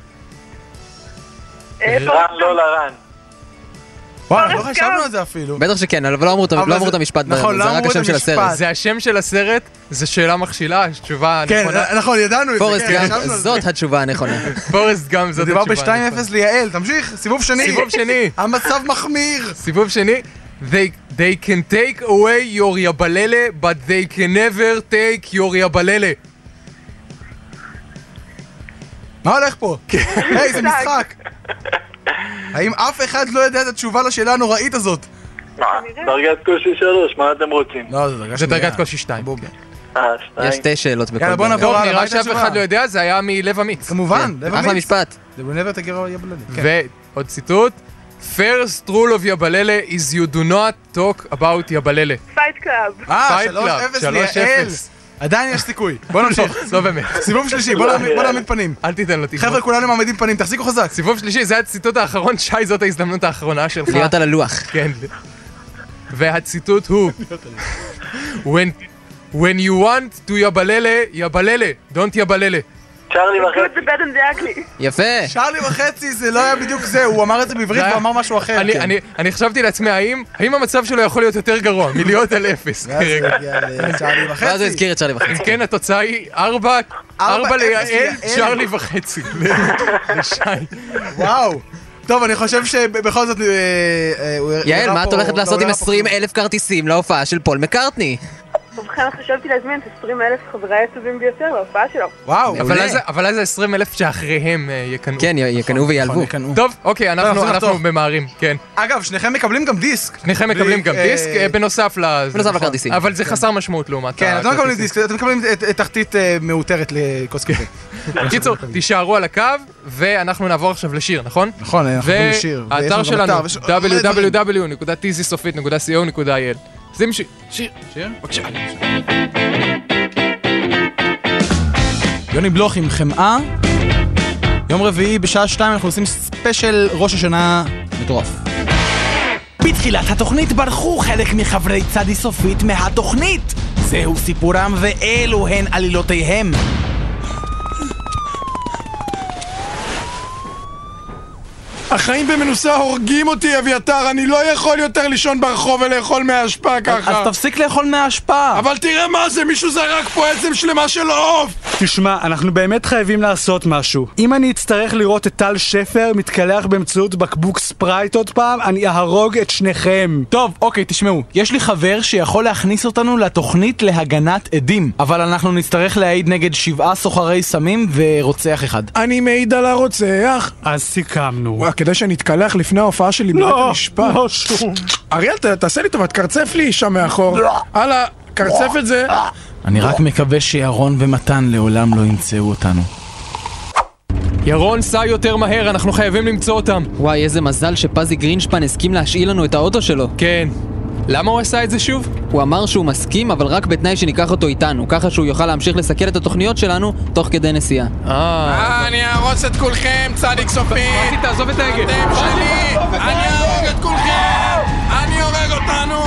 רן לא לרן. וואו, לא חשבנו על זה אפילו. בטח שכן, אבל לא אמרו את המשפט, נכון, זה רק השם של הסרט. זה השם של הסרט, זה שאלה מכשילה, תשובה נכונה. כן, נכון, ידענו את זה. פורסט גאמפ, זאת התשובה הנכונה. פורסט גאמפ, זאת התשובה הנכונה. דיבר ב-2-0 ליעל, תמשיך, סיבוב שני. המצב מחמיר. סיבוב שני. They can take away your יבללה, but they can never take your יבללה. מה הולך פה? היי, זה משחק. האם אף אחד לא יודע את התשובה לשאלה הנוראית הזאת? דרגת קושי 3, מה אתם רוצים? לא, זה דרגת קושי 2. יש 2 שאלות בכל יאללה, בוא נעבור הלאה. נראה שאף אחד לא יודע, זה היה מלב אמיץ. כמובן, לב אמיץ. אחלה משפט. זה בנבר תגירו יבללה. ועוד ציטוט, First rule of יבללה is you do not talk about יבללה. פייט קלאב. 3-0 ליעל. עדיין יש סיכוי. בוא נמשיך. לא באמת. סיבוב שלישי, בוא נעמיד פנים. אל תיתן לו תקוות. חבר'ה, כולנו מעמידים פנים, תחזיקו חזק. סיבוב שלישי, זה הציטוט האחרון, שי, זאת ההזדמנות האחרונה שלך. להיות על הלוח. כן. והציטוט הוא When you want to יבללה, don't יבללה. צ'רלי וחצי. יפה. צ'רלי וחצי זה לא היה בדיוק זה, הוא אמר את זה בעברית והוא אמר משהו אחר. אני חחשבתי לעצמי, האם המצב שלו יכול להיות יותר גרוע, מלהיות על 0? ואז הוא הגיע לצ'רלי וחצי. ואז הוא הזכיר את צ'רלי וחצי. כן, התוצאה היא 4 ליעל, צ'רלי וחצי. לשי. וואו. טוב, אני חושב שבכל זאת... יעל, מה את הולכת לעשות עם 20,000 כרטיסים להופעה של פול מקרטני? ובכן, חשבתי להזמין את 20,000 חבריי הטובים ביותר להופעה שלו. וואו, אבל אז 20,000 שאחריהם יקנו. כן, יקנו ויעלבו. טוב, אוקיי, אנחנו ממהרים, כן. אגב, שניכם מקבלים גם דיסק. שניכם מקבלים גם דיסק, בנוסף לכרטיסים. אבל זה חסר משמעות לעומת כן, אתם מקבלים דיסק, אתם מקבלים תחתית מאותרת לכוס קפה. בקיצור, תישארו על הקו, ואנחנו נעבור עכשיו לשיר, נכון? נכון, אנחנו נעבור לשיר. והאתר שלנו, www.tzsofit.co.il. שים שיר. שיר? בבקשה. יוני בלוך עם חמאה. יום רביעי בשעה 2 אנחנו עושים ספיישל ראש השנה מטורף. בתחילת התוכנית ברחו חלק מחברי צדי סופית מהתוכנית. זהו סיפורם ואלו הן עלילותיהם. החיים במנוסה הורגים אותי, אביתר, אני לא יכול יותר לישון ברחוב ולאכול מהאשפה ככה. אז תפסיק לאכול מהאשפה. אבל תראה מה זה, מישהו זרק פה עצם שלמה של עוף. תשמע, אנחנו באמת חייבים לעשות משהו. אם אני אצטרך לראות את טל שפר מתקלח באמצעות בקבוק ספרייט עוד פעם, אני אהרוג את שניכם. טוב, אוקיי, תשמעו. יש לי חבר שיכול להכניס אותנו לתוכנית להגנת עדים, אבל אנחנו נצטרך להעיד נגד 7 סוחרי סמים ורוצח אחד. אני מעיד על הרוצח. אז סיכמנו. כדי שנתקלח לפני ההופעה שלי בבית המשפט. לא, שום. אריאל, תעשה לי טובה, תקרצף לי שם מאחור. הלאה, קרצף את זה. אני רק מקווה שירון ומתן לעולם לא ימצאו אותנו. ירון, סע יותר מהר, אנחנו חייבים למצוא אותם. וואי, איזה מזל שפזי גרינשפן הסכים להשאיל לנו את האוטו שלו. כן. למה הוא עשה את זה שוב? הוא אמר שהוא מסכים, אבל רק בתנאי שניקח אותו איתנו, ככה שהוא יוכל להמשיך לסכל את התוכניות שלנו תוך כדי נסיעה. אני ארוס את כולכם, צדיק סופי. תעזוב את ההגה. אתם שלי, אני ארוג את כולכם. אני הורג אותנו.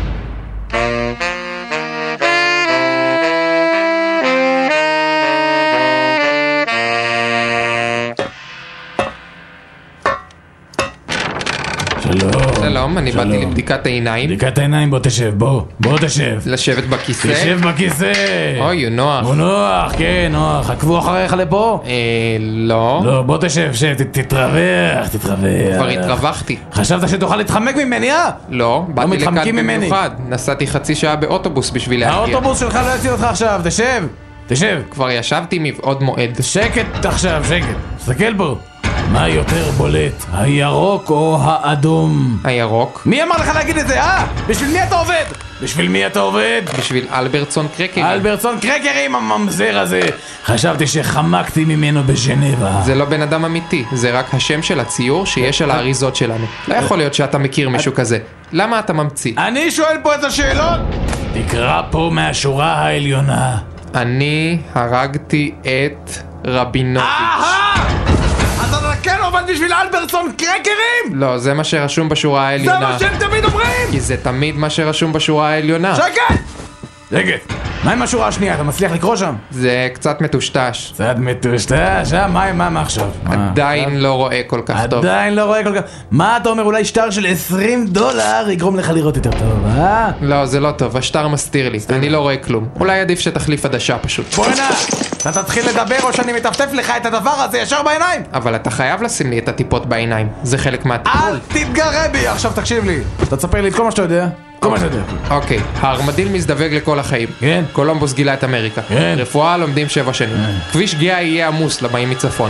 שלום, אני באתי לבדיקת העיניים. בדיקת העיניים, בוא תשב, בוא תשב. לשבת בכיסא? תשב בכיסא. אוי, הוא נוח. הוא נוח, כן, נוח. עקבו אחריך לפה? לא. לא, בוא תשב, תתרווח. כבר התרווחתי. חשבת שתוכל להתחמק ממני, לא, באתי לכאן במיוחד. נסעתי חצי שעה באוטובוס בשביל להגיע. האוטובוס שלך לא יוציא אותך עכשיו, תשב. כבר ישבתי מבעוד מועד. שקט עכשיו, תסתכל בו. מה יותר בולט, הירוק או האדום? הירוק. מי אמר לך להגיד את זה, בשביל מי אתה עובד? בשביל מי אתה עובד? בשביל אלברטסון קרקרים. אלברטסון קרקרים, הממזר הזה. חשבתי שחמקתי ממנו בז'נבה. זה לא בן אדם אמיתי, זה רק השם של הציור שיש על האריזות שלנו. לא יכול להיות שאתה מכיר מישהו כזה. למה אתה ממציא? אני שואל פה את השאלות. תקרא פה מהשורה העליונה. אני הרגתי את רבינוביץ'. אז אתה כן עובד בשביל אלברטסון קרקרים? לא, זה מה שרשום בשורה העליונה. זה מה שהם תמיד אומרים! כי זה תמיד מה שרשום בשורה העליונה. שקט! מה עם השורה השנייה? אתה מצליח לקרוא שם? זה קצת מטושטש. קצת מטושטש? מה עכשיו? עדיין לא רואה כל כך טוב. עדיין לא רואה כל כך... מה אתה אומר? אולי שטר של $20 יגרום לך לראות יותר טוב, לא, זה לא טוב, השטר מסתיר לי. אני לא רואה כלום. אולי עדיף שתחליף עדשה פשוט. בוא הנה! אתה תתחיל לדבר או שאני מטפטף לך את הדבר הזה ישר בעיניים! אבל אתה חייב לשים לי את הטיפות בעיניים. זה חלק מהטיפול. אל תתגרה בי! עכשיו תקשיב לי. אתה תספר לי את כל מה שאתה יודע. אוקיי, הארמדיל מזדווג לכל החיים. כן. קולומבוס גילה את אמריקה. כן. רפואה לומדים 7 שנים. כביש גיאה יהיה עמוס לבאים מצפון.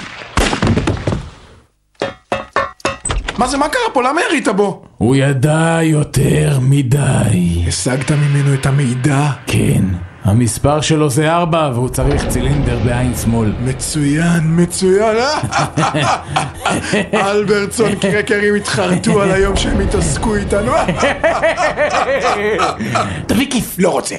מה קרה פה? למה ירית בו? הוא ידע יותר מדי. השגת ממנו את המידע? כן. המספר שלו זה 4 והוא צריך צילינדר בעין שמאל. מצוין. אלברטסון קרקרים התחרטו על היום שהם התעסקו איתנו. תביא כיף. לא רוצה.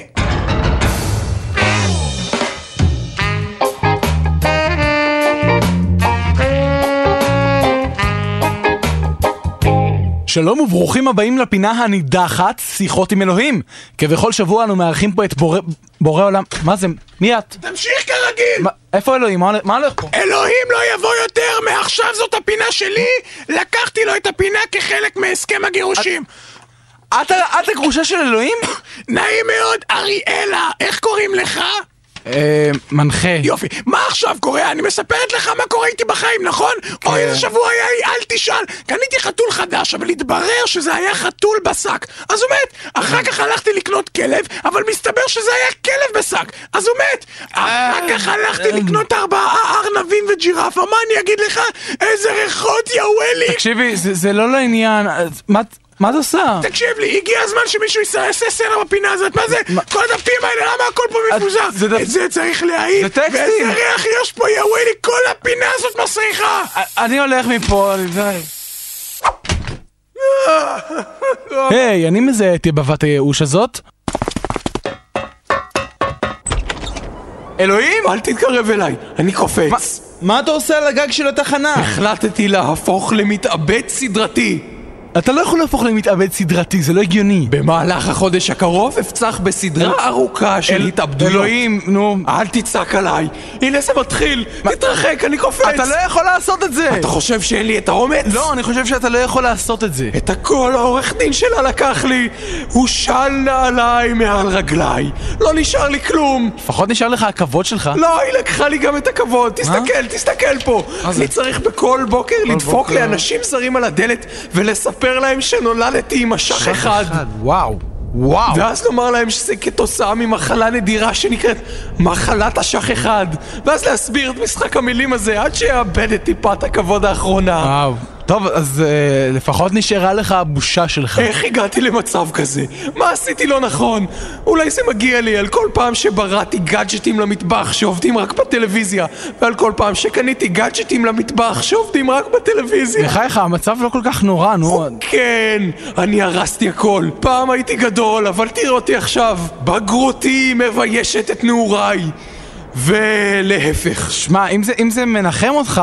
שלום וברוכים הבאים לפינה הנידחת, שיחות עם אלוהים. כבכל שבוע אנו מארחים פה את בורא עולם. מה זה? מי את? תמשיך כרגיל. איפה אלוהים? מה הולך פה? אלוהים לא יבוא יותר, מעכשיו זאת הפינה שלי. לקחתי לו את הפינה כחלק מהסכם הגירושים. את הגרושה של אלוהים? נעים מאוד, אריאלה. איך קוראים לך? מנחה. יופי, מה עכשיו קורה? אני מספרת לך מה קורה איתי בחיים, נכון? אוי, איזה שבוע היה לי, אל תשאל. קניתי חתול חדש, אבל התברר שזה היה חתול בשק. אז הוא מת. אחר כך הלכתי לקנות כלב, אבל מסתבר שזה היה כלב בשק. אז הוא מת. אחר כך הלכתי לקנות 4 ארנבים וג'ירפה. מה אני אגיד לך? איזה ריחות יאוולי. תקשיבי, זה לא לעניין. מה את עושה? תקשיב לי, הגיע הזמן שמישהו יעשה סדר בפינה הזאת. מה זה? כל הדפים האלה, למה הכל פה מפוזר? את זה צריך להעיף. זה טקסטים. ואיזה ריח יש פה, יאוולי, כל הפינה הזאת מסריחה. אני הולך מפה, די. היי, אני מזהה את בבת הייאוש הזאת. אלוהים, אל תתקרב אליי, אני קופץ. מה אתה עושה על הגג של התחנה? החלטתי להפוך למתאבד סדרתי. אתה לא יכול להפוך למתאבד סדרתי, זה לא הגיוני. במהלך החודש הקרוב אפצח בסדרה ארוכה של התאבדויות. אלוהים, נו. אל תצעק עליי. הנה זה מתחיל. תתרחק, אני קופץ. אתה לא יכול לעשות את זה. אתה חושב שאין לי את האומץ? לא, אני חושב שאתה לא יכול לעשות את זה. את הכל העורך דין שלה לקח לי. הוא של נעליי מעל רגליי. לא נשאר לי כלום. לפחות נשאר לך הכבוד שלך. לא, היא לקחה לי גם את הכבוד. תסתכל פה. אני צריך בכל בוקר לדפוק לאנשים זרים על הדלת ולספר להם שנולדתי עם אשך אחד. וואו. ואז לומר להם שזה כתוצאה ממחלה נדירה שנקראת מחלת אשך אחד. ואז להסביר את משחק המילים הזה עד שיאבד את טיפת הכבוד האחרונה. וואו. טוב, אז לפחות נשארה לך הבושה שלך. איך הגעתי למצב כזה? מה עשיתי לא נכון? אולי זה מגיע לי על כל פעם שבראתי גאדג'טים למטבח שעובדים רק בטלוויזיה, ועל כל פעם שקניתי גאדג'טים למטבח שעובדים רק בטלוויזיה. בחייך, המצב לא כל כך נורא, נו. כן, אני הרסתי הכל. פעם הייתי גדול, אבל תראה אותי עכשיו. בגרותי מביישת את נעוריי. ולהפך. שמע, אם זה מנחם אותך,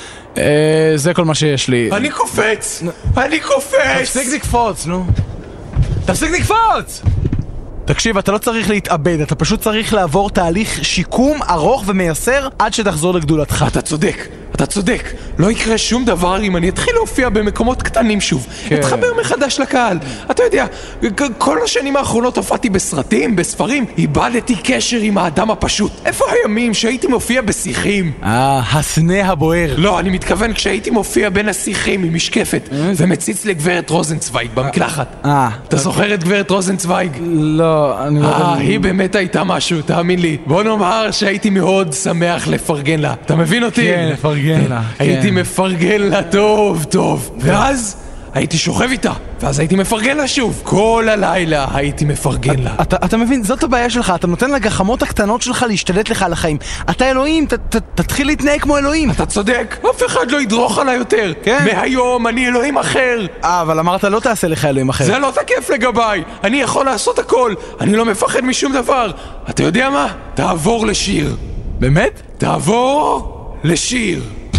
זה כל מה שיש לי. אני קופץ! תפסיק לקפוץ, נו. תפסיק לקפוץ! תקשיב, אתה לא צריך להתאבד, אתה פשוט צריך לעבור תהליך שיקום ארוך ומייסר עד שתחזור לגדולתך. אתה צודק. לא יקרה שום דבר אם אני אתחיל להופיע במקומות קטנים שוב. אתחבר מחדש לקהל. אתה יודע, כל השנים האחרונות הופעתי בסרטים, בספרים, איבדתי קשר עם האדם הפשוט. איפה הימים שהייתי מופיע בשיחים? הסנה הבוער. לא, אני מתכוון כשהייתי מופיע בין השיחים עם משקפת ומציץ לגברת רוזנצוויג במקלחת. אתה זוכר את גברת רוזנצוויג? לא, אני לא... היא באמת הייתה משהו, תאמין לי. בוא נאמר שהייתי מאוד שמח לפרגן לה. אתה מבין אותי? כן, לפרגן לה. הייתי מפרגן לה טוב. ואז הייתי שוכב איתה, ואז הייתי מפרגן לה שוב. כל הלילה הייתי מפרגן לה. אתה מבין, זאת הבעיה שלך, אתה נותן לגחמות הקטנות שלך להשתלט לך על החיים. אתה אלוהים, תתחיל להתנהג כמו אלוהים. אתה צודק, אף אחד לא ידרוך עליי יותר. מהיום אני אלוהים אחר. אבל אמרת לא תעשה לך אלוהים אחר. זה לא תקף לגביי, אני יכול לעשות הכל. אני לא מפחד משום דבר. אתה יודע מה? תעבור לשיר. באמת? תעבור לשיר.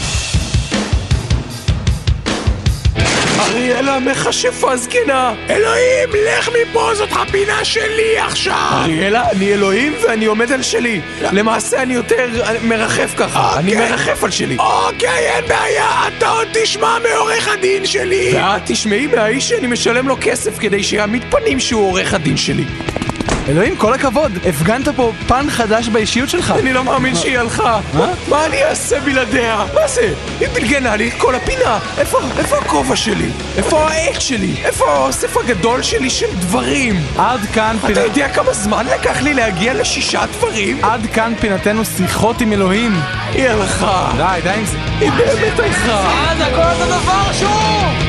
אריאלה מכשפה זקנה. אלוהים, לך מפה, זאת הפינה שלי עכשיו. אריאלה, אני אלוהים ואני עומד על שלי. למעשה אני יותר מרחף ככה. אני מרחף על שלי. אוקיי, אין בעיה, אתה עוד תשמע מעורך הדין שלי. ואת תשמעי מהאיש שאני משלם לו כסף כדי שיעמיד פנים שהוא עורך הדין שלי. אלוהים, כל הכבוד, הפגנת פה פן חדש באישיות שלך. אני לא מאמין שהיא הלכה. מה אני אעשה בלעדיה? מה זה? היא בלגנה לי את כל הפינה. איפה הכובע שלי? איפה העט שלי? איפה האוסף הגדול שלי של דברים? עד כאן אתה יודע כמה זמן לקח לי להגיע ל6 דברים? עד כאן פינתנו שיחות עם אלוהים. היא הלכה. די עם זה. היא באמת הלכה. זה הכל אותו דבר שוב!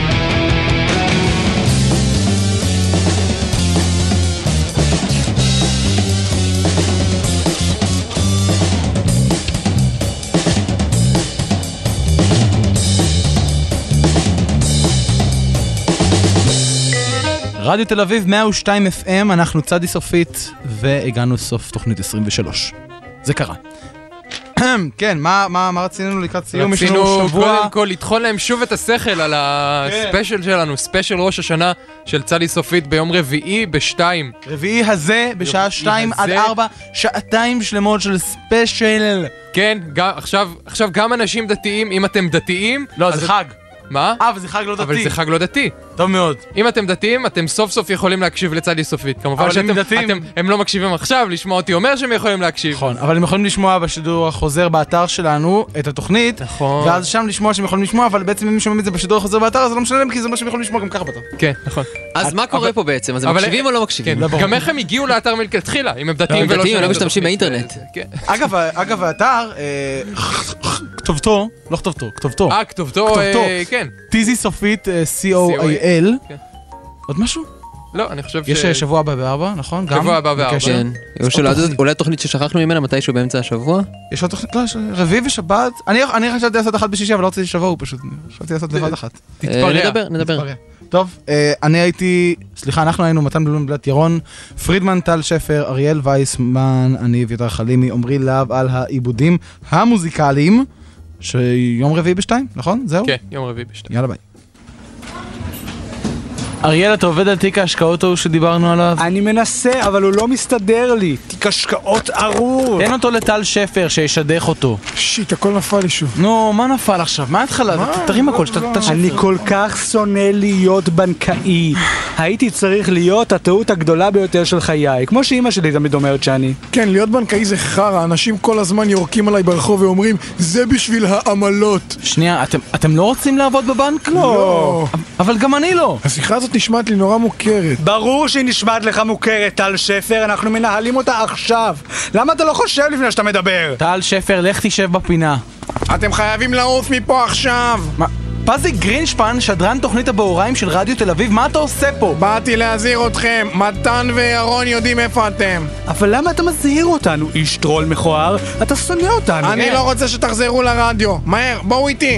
רדיו תל אביב 102 FM, אנחנו צדי סופית והגענו סוף תוכנית 23. זה קרה. כן, מה רצינו לקראת סיום? רצינו קודם כל לטחון להם שוב את השכל על הספיישל שלנו, ספיישל ראש השנה של צדי סופית ביום רביעי ב-2. רביעי הזה בשעה 2 עד 4, שעתיים שלמות של ספיישל. כן, עכשיו גם אנשים דתיים, אם אתם דתיים... לא, זה חג. מה? אבל זה חג לא דתי. אבל זה חג לא דתי. טוב מאוד. אם אתם דתיים, אתם סוף סוף יכולים להקשיב לצדי סופית. כמובן הם לא מקשיבים עכשיו, לשמוע אותי אומר שהם יכולים להקשיב. נכון, אבל הם יכולים לשמוע בשידור החוזר באתר שלנו את התוכנית. נכון. ואז שם לשמוע שהם יכולים לשמוע, אבל בעצם אם שומעים את זה בשידור החוזר באתר, אז זה לא משנה להם, כי זה מה שהם יכולים לשמוע גם ככה באתר. כן, נכון. אז מה קורה פה בעצם? אז הם מקשיבים או לא מקשיבים? גם איך הם הגיעו לאתר מלכתחילה, אם הם דתיים ולא משתמשים באינטרנט. אגב, האתר, כתובתו, לא כתובתו, כתובתו. כתובתו, כן. טיזי סופית, COIL. עוד משהו? לא, אני חושב יש שבוע הבא ב-4, נכון? שבוע הבא ב-4. כן. אולי תוכנית ששכחנו ממנה מתישהו באמצע השבוע? יש עוד תוכנית, לא, רביעי ושבת. אני חשבתי לעשות אחת בשישי, אבל לא רציתי שבוע, פשוט. חשבתי לעשות לבד אחת. נדבר. טוב, אנחנו היינו מתן בלומבלט, ירון פרידמן, טל שפר, אריאל וייסמן, אני ויותר חלימי, עומרי להב על העיבודים המוזיקליים, שיום רביעי ב-2, נכון? זהו? כן, יום רביעי ב-2. יאללה ביי. אריאל, אתה עובד על תיק ההשקעות ההוא שדיברנו עליו? אני מנסה, אבל הוא לא מסתדר לי. תיק השקעות ארור. תן אותו לטל שפר שישדך אותו. שיט, הכל נפל לי שוב. נו, מה נפל עכשיו? מה התחלה? תרים הכל, אני כל כך שונא להיות בנקאי. הייתי צריך להיות הטעות הגדולה ביותר של חיי, כמו שאמא שלי תמיד אומרת שאני. כן, להיות בנקאי זה חרא. אנשים כל הזמן יורקים עליי ברחוב ואומרים, זה בשביל העמלות. שנייה, אתם לא רוצים לעבוד בבנק? לא. אבל גם אני לא. השיחה הזאת נשמעת לי נורא מוכרת. ברור שהיא נשמעת לך מוכרת, טל שפר, אנחנו מנהלים אותה עכשיו. למה אתה לא חושב לפני שאתה מדבר? טל שפר, לך תשב בפינה. אתם חייבים לעוף מפה עכשיו. מה? פזי גרינשפן, שדרן תוכנית הבאוריים של רדיו תל אביב, מה אתה עושה פה? באתי להזהיר אתכם, מתן וירון יודעים איפה אתם. אבל למה אתה מזהיר אותנו, איש טרול מכוער? אתה שונא אותנו. אני לא רוצה שתחזרו לרדיו. מהר, בואו איתי.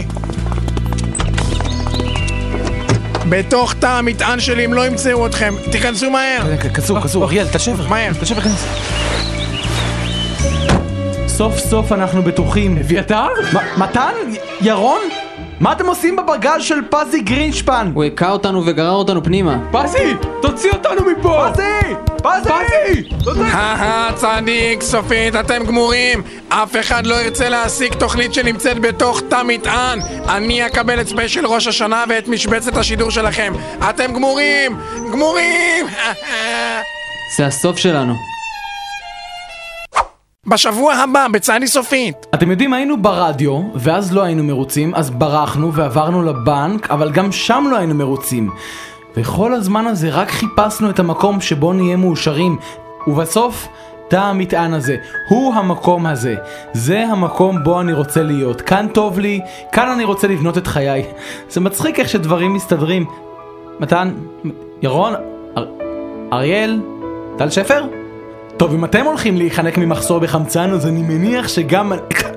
בתוך תא המטען שלי הם לא ימצאו אתכם. תיכנסו מהר. כנסו, אריאל, תשב. מהר. תשב, כנס. סוף סוף אנחנו בטוחים. אביתר? מתן? ירון? מה אתם עושים בבגז של פזי גרינשפן? הוא הכה אותנו וגרר אותנו פנימה. פזי! תוציא אותנו מפה! פזי! צדיק, סופית, אתם גמורים. אף אחד לא ירצה להשיג תוכנית שנמצאת בתוך תא מטען. אני אקבל את ספיישל ראש השנה ואת משבצת השידור שלכם. אתם גמורים! גמורים! זה הסוף שלנו. בשבוע הבא, בצדי סופית. אתם יודעים, היינו ברדיו, ואז לא היינו מרוצים, אז ברחנו ועברנו לבנק, אבל גם שם לא היינו מרוצים. וכל הזמן הזה רק חיפשנו את המקום שבו נהיה מאושרים. ובסוף, תא המטען הזה, הוא המקום הזה. זה המקום בו אני רוצה להיות. כאן טוב לי, כאן אני רוצה לבנות את חיי. זה מצחיק איך שדברים מסתדרים. מתן, ירון, אריאל, טל שפר? טוב, אם אתם הולכים להיחנק ממחסור בחמצן, אז אני מניח שגם